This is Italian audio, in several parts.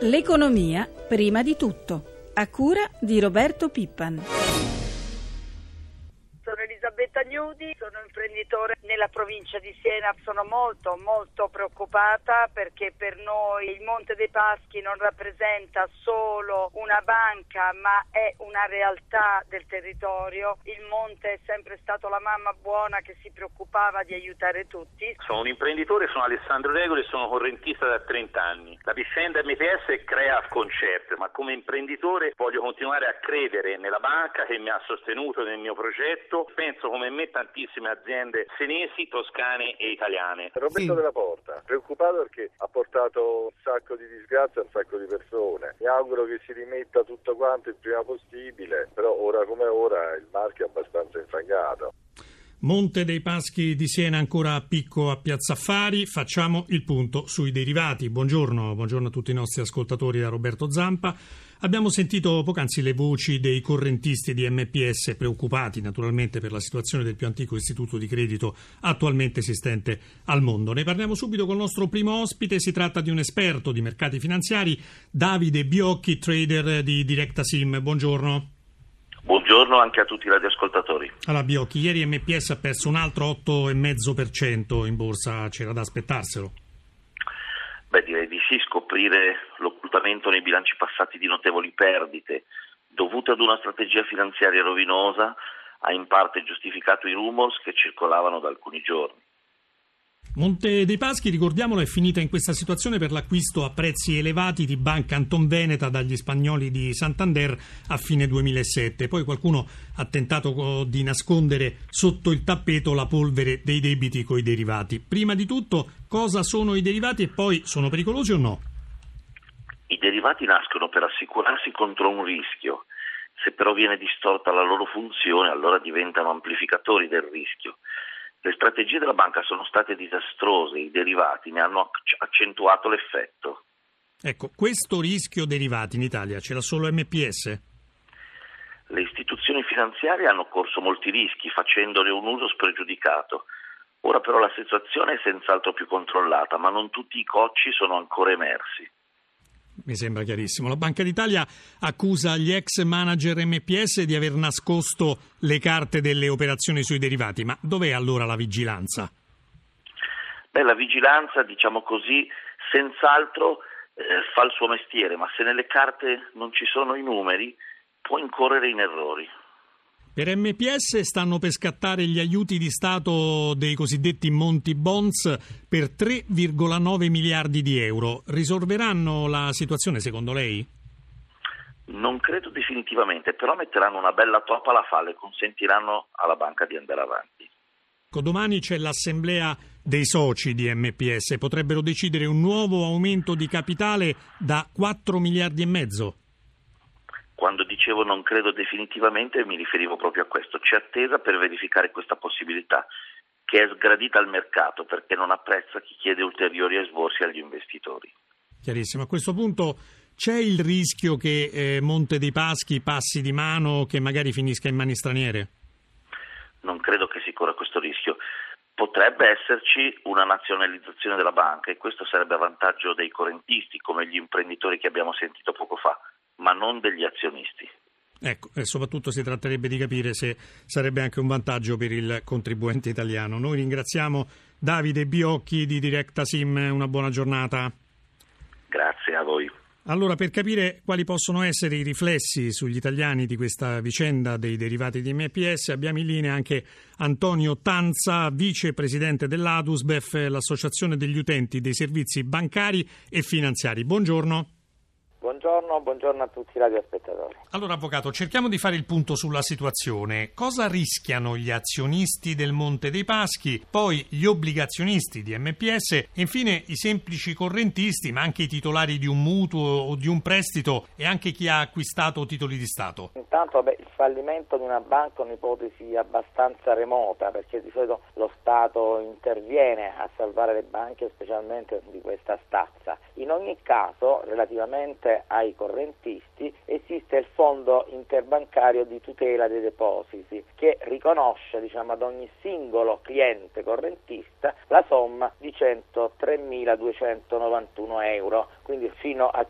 L'economia prima di tutto, a cura di Roberto Pippan. Sono Elisabetta Gnudi, sono imprenditore nella provincia di Siena. Sono molto preoccupata perché per noi il Monte dei Paschi non rappresenta solo una banca, ma è una realtà del territorio. Il Monte è sempre stato la mamma buona che si preoccupava di aiutare tutti. Sono un imprenditore, sono Alessandro Regoli e sono correntista da 30 anni. La vicenda MPS crea sconcerto, ma come imprenditore voglio continuare a credere nella banca che mi ha sostenuto nel mio progetto. Penso come me tantissime aziende senesi, toscane e italiane. Roberto della Porta, preoccupato perché ha portato un sacco di disgrazia a un sacco di persone. Mi auguro che si rimetta tutto quanto il prima possibile, però ora come ora il marchio è abbastanza infangato. Monte dei Paschi di Siena ancora a picco a Piazza Affari. Facciamo il punto sui derivati. Buongiorno a tutti i nostri ascoltatori da Roberto Zampa. Abbiamo sentito poc'anzi le voci dei correntisti di MPS preoccupati naturalmente per la situazione del più antico istituto di credito attualmente esistente al mondo. Ne parliamo subito col nostro primo ospite. Si tratta di un esperto di mercati finanziari, Davide Biocchi, trader di Directasim. Buongiorno. Buongiorno anche a tutti i radioascoltatori. Allora Biocchi, ieri MPS ha perso un altro 8,5% in borsa, c'era da aspettarselo? Beh, direi di sì. Scoprire l'occultamento nei bilanci passati di notevoli perdite dovute ad una strategia finanziaria rovinosa ha in parte giustificato i rumors che circolavano da alcuni giorni. Monte dei Paschi, ricordiamolo, è finita in questa situazione per l'acquisto a prezzi elevati di Banca Antonveneta dagli spagnoli di Santander a fine 2007. Poi qualcuno ha tentato di nascondere sotto il tappeto la polvere dei debiti coi derivati. Prima di tutto, cosa sono i derivati e poi sono pericolosi o no? I derivati nascono per assicurarsi contro un rischio. Se però viene distorta la loro funzione, allora diventano amplificatori del rischio. Le strategie della banca sono state disastrose, i derivati ne hanno accentuato l'effetto. Ecco, questo rischio derivati in Italia ce l'ha solo MPS? Le istituzioni finanziarie hanno corso molti rischi, facendone un uso spregiudicato. Ora però la situazione è senz'altro più controllata, ma non tutti i cocci sono ancora emersi. Mi sembra chiarissimo. La Banca d'Italia accusa gli ex manager MPS di aver nascosto le carte delle operazioni sui derivati. Ma dov'è allora la vigilanza? Beh, la vigilanza, diciamo così, senz'altro fa il suo mestiere, ma se nelle carte non ci sono i numeri può incorrere in errori. Per MPS stanno per scattare gli aiuti di Stato dei cosiddetti Monti Bonds per 3,9 miliardi di euro. Risolveranno la situazione secondo lei? Non credo definitivamente, però metteranno una bella toppa alla falla e consentiranno alla banca di andare avanti. Domani c'è l'assemblea dei soci di MPS. Potrebbero decidere un nuovo aumento di capitale da 4 miliardi e mezzo. Quando dicevo non credo definitivamente mi riferivo proprio a questo. C'è attesa per verificare questa possibilità, che è sgradita al mercato perché non apprezza chi chiede ulteriori esborsi agli investitori. Chiarissimo. A questo punto c'è il rischio che Monte dei Paschi passi di mano, che magari finisca in mani straniere? Non credo che si corra questo rischio. Potrebbe esserci una nazionalizzazione della banca e questo sarebbe a vantaggio dei correntisti come gli imprenditori che abbiamo sentito poco fa, ma non degli azionisti. Ecco, e soprattutto si tratterebbe di capire se sarebbe anche un vantaggio per il contribuente italiano. Noi ringraziamo Davide Biocchi di Directasim, una buona giornata. Grazie a voi. Allora, per capire quali possono essere i riflessi sugli italiani di questa vicenda dei derivati di MPS, abbiamo in linea anche Antonio Tanza, vicepresidente dell'ADUSBEF, l'Associazione degli Utenti dei Servizi Bancari e Finanziari. Buongiorno. Buongiorno a tutti i radioaspettatori. Allora, avvocato, cerchiamo di fare il punto sulla situazione. Cosa rischiano gli azionisti del Monte dei Paschi, poi gli obbligazionisti di MPS e infine i semplici correntisti, ma anche i titolari di un mutuo o di un prestito e anche chi ha acquistato titoli di Stato? Intanto, il fallimento di una banca è un'ipotesi abbastanza remota perché di solito lo Stato interviene a salvare le banche, specialmente di questa stazza. In ogni caso, relativamente oltre ai correntisti esiste il Fondo Interbancario di Tutela dei Depositi, che riconosce ad ogni singolo cliente correntista la somma di 103.291 euro, quindi fino a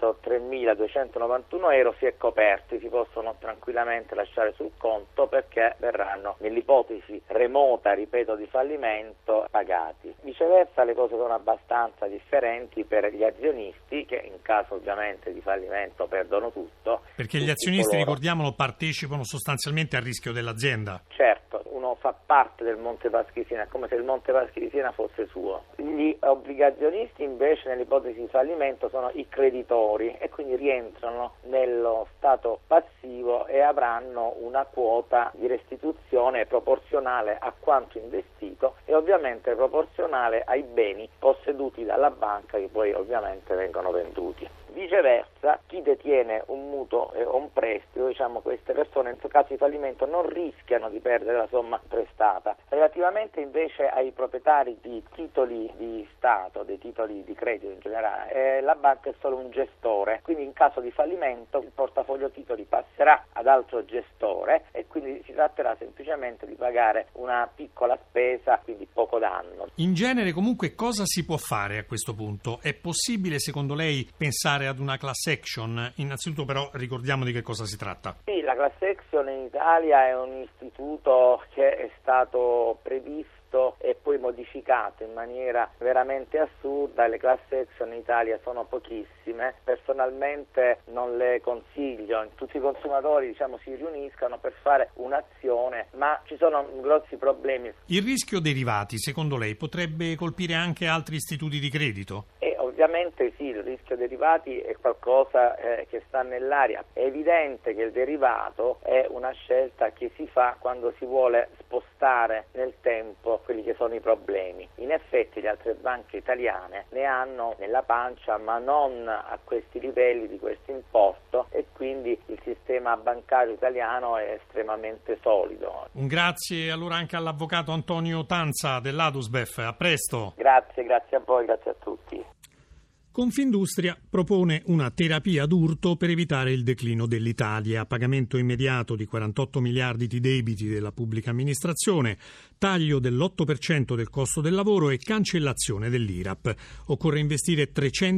103.291 euro si è coperti, si possono tranquillamente lasciare sul conto perché verranno, nell'ipotesi remota, ripeto, di fallimento, pagati. Viceversa le cose sono abbastanza differenti per gli azionisti, che in caso ovviamente di fallimento perdono tutto. Perché gli azionisti, ricordiamolo, partecipano sostanzialmente al rischio dell'azienda. Certo, uno fa parte del Monte Paschi di Siena, è come se il Monte Paschi di Siena fosse suo. Gli obbligazionisti invece nell'ipotesi di fallimento sono i creditori e quindi rientrano nello stato passivo e avranno una quota di restituzione proporzionale a quanto investito e ovviamente proporzionale ai beni posseduti dalla banca, che poi ovviamente vengono venduti. Viceversa, chi detiene un mutuo o un prestito, queste persone in caso di fallimento non rischiano di perdere la somma prestata. Relativamente invece ai proprietari di titoli di Stato, dei titoli di credito in generale, la banca è solo un gestore, quindi in caso di fallimento il portafoglio titoli passerà ad altro gestore e quindi si tratterà semplicemente di pagare una piccola spesa, quindi poco danno. In genere comunque cosa si può fare a questo punto? È possibile secondo lei pensare ad una class action? Innanzitutto però ricordiamo di che cosa si tratta. Sì, la class action in Italia è un istituto che è stato previsto e poi modificato in maniera veramente assurda. Le class action in Italia sono pochissime, personalmente non le consiglio. Tutti i consumatori si riuniscano per fare un'azione, ma ci sono grossi problemi. Il rischio derivati secondo lei potrebbe colpire anche altri istituti di credito? Ovviamente sì, il rischio derivati è qualcosa che sta nell'aria. È evidente che il derivato è una scelta che si fa quando si vuole spostare nel tempo quelli che sono i problemi. In effetti le altre banche italiane ne hanno nella pancia, ma non a questi livelli di questo importo, e quindi il sistema bancario italiano è estremamente solido. Un grazie allora anche all'avvocato Antonio Tanza dell'Adusbef. A presto. Grazie a voi, grazie a tutti. Confindustria propone una terapia d'urto per evitare il declino dell'Italia, pagamento immediato di 48 miliardi di debiti della pubblica amministrazione, taglio dell'8% del costo del lavoro e cancellazione dell'IRAP. Occorre investire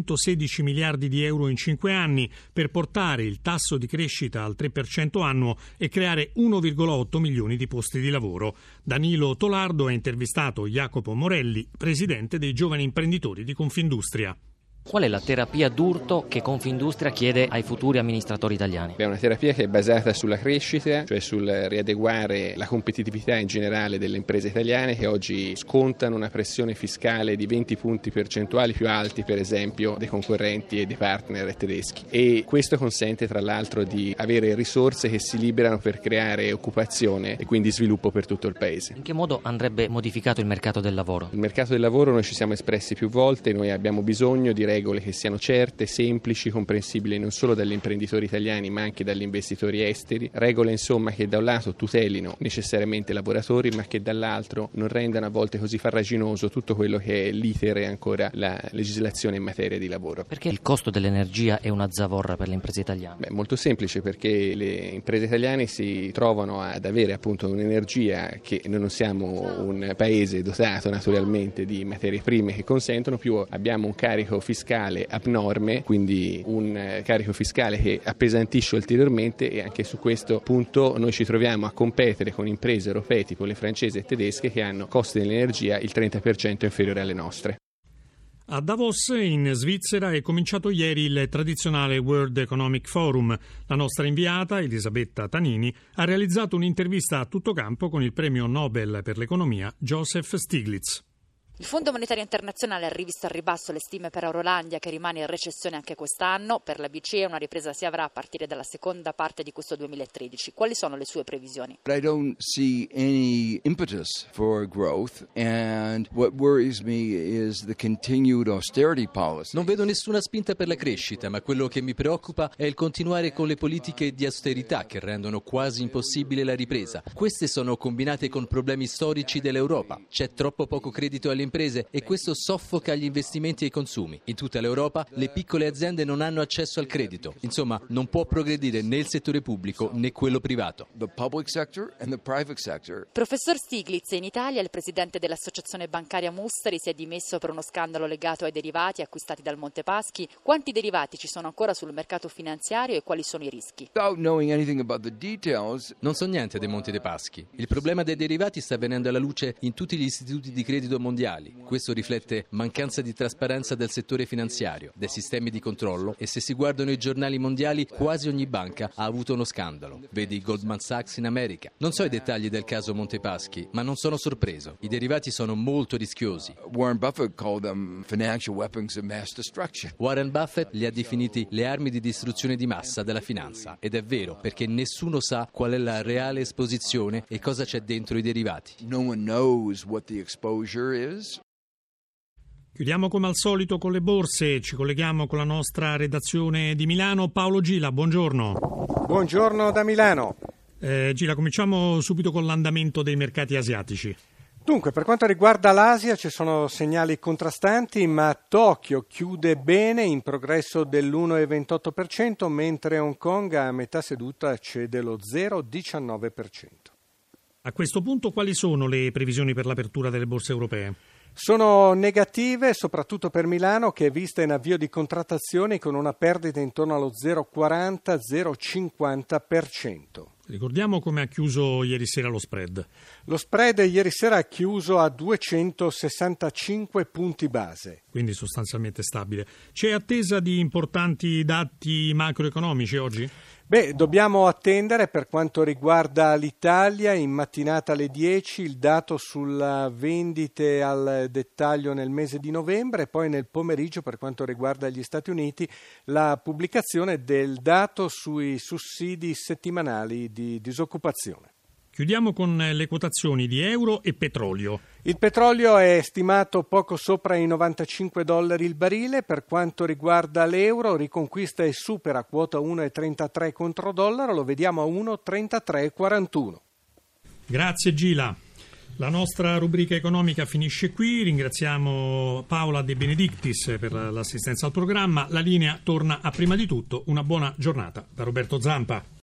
316 miliardi di euro in 5 anni per portare il tasso di crescita al 3% annuo e creare 1,8 milioni di posti di lavoro. Danilo Tolardo ha intervistato Jacopo Morelli, presidente dei giovani imprenditori di Confindustria. Qual è la terapia d'urto che Confindustria chiede ai futuri amministratori italiani? È una terapia che è basata sulla crescita, cioè sul riadeguare la competitività in generale delle imprese italiane, che oggi scontano una pressione fiscale di 20 punti percentuali più alti, per esempio, dei concorrenti e dei partner tedeschi. E questo consente tra l'altro di avere risorse che si liberano per creare occupazione e quindi sviluppo per tutto il paese. In che modo andrebbe modificato il mercato del lavoro? Il mercato del lavoro noi ci siamo espressi più volte, noi abbiamo bisogno di regole che siano certe, semplici, comprensibili non solo dagli imprenditori italiani ma anche dagli investitori esteri, regole insomma che da un lato tutelino necessariamente i lavoratori ma che dall'altro non rendano a volte così farraginoso tutto quello che è l'iter e ancora la legislazione in materia di lavoro. Perché il costo dell'energia è una zavorra per le imprese italiane? Molto semplice, perché le imprese italiane si trovano ad avere appunto un'energia che noi non siamo un paese dotato naturalmente di materie prime che consentono, più abbiamo un carico fiscale abnorme, quindi un carico fiscale che appesantisce ulteriormente, e anche su questo punto noi ci troviamo a competere con imprese europee tipo le francesi e tedesche che hanno costi dell'energia il 30% inferiore alle nostre. A Davos, in Svizzera, è cominciato ieri il tradizionale World Economic Forum. La nostra inviata, Elisabetta Tanini, ha realizzato un'intervista a tutto campo con il premio Nobel per l'economia Joseph Stiglitz. Il Fondo Monetario Internazionale ha rivisto al ribasso le stime per Eurolandia, che rimane in recessione anche quest'anno. Per la BCE una ripresa si avrà a partire dalla seconda parte di questo 2013. Quali sono le sue previsioni? I don't see any impetus for growth, and what worries me is the continued austerity policy. Non vedo nessuna spinta per la crescita, ma quello che mi preoccupa è il continuare con le politiche di austerità che rendono quasi impossibile la ripresa. Queste sono combinate con problemi storici dell'Europa. C'è troppo poco credito alle imprese imprese e questo soffoca gli investimenti e i consumi. In tutta l'Europa le piccole aziende non hanno accesso al credito. Insomma, non può progredire né il settore pubblico né quello privato. The public sector and the private sector. Professor Stiglitz, in Italia il presidente dell'associazione bancaria Musteri si è dimesso per uno scandalo legato ai derivati acquistati dal Monte Paschi. Quanti derivati ci sono ancora sul mercato finanziario e quali sono i rischi? Without knowing anything about the details. Non so niente dei Monte dei Paschi. Il problema dei derivati sta venendo alla luce in tutti gli istituti di credito mondiali. Questo riflette mancanza di trasparenza del settore finanziario, dei sistemi di controllo e se si guardano i giornali mondiali quasi ogni banca ha avuto uno scandalo. Vedi Goldman Sachs in America. Non so i dettagli del caso Monte Paschi, ma non sono sorpreso. I derivati sono molto rischiosi. Warren Buffett called them financial weapons of mass destruction. Warren Buffett li ha definiti le armi di distruzione di massa della finanza ed è vero perché nessuno sa qual è la reale esposizione e cosa c'è dentro i derivati. No one knows what the exposure is. Chiudiamo come al solito con le borse, ci colleghiamo con la nostra redazione di Milano. Paolo Gila, buongiorno. Buongiorno da Milano. Gila, cominciamo subito con l'andamento dei mercati asiatici. Dunque, per quanto riguarda l'Asia ci sono segnali contrastanti, ma Tokyo chiude bene in progresso dell'1,28%, mentre Hong Kong a metà seduta cede lo 0,19%. A questo punto quali sono le previsioni per l'apertura delle borse europee? Sono negative, soprattutto per Milano, che è vista in avvio di contrattazioni con una perdita intorno allo 0,40-0,50%. Ricordiamo come ha chiuso ieri sera lo spread. Lo spread ieri sera ha chiuso a 265 punti base. Quindi sostanzialmente stabile. C'è attesa di importanti dati macroeconomici oggi? Dobbiamo attendere per quanto riguarda l'Italia, in mattinata alle 10 il dato sulla vendite al dettaglio nel mese di novembre e poi nel pomeriggio per quanto riguarda gli Stati Uniti la pubblicazione del dato sui sussidi settimanali di disoccupazione. Chiudiamo con le quotazioni di euro e petrolio. Il petrolio è stimato poco sopra i $95 il barile. Per quanto riguarda l'euro, riconquista e supera quota 1,33 contro dollaro, lo vediamo a 1,3341. Grazie Gila. La nostra rubrica economica finisce qui. Ringraziamo Paola De Benedictis per l'assistenza al programma. La linea torna a Prima di tutto. Una buona giornata da Roberto Zampa.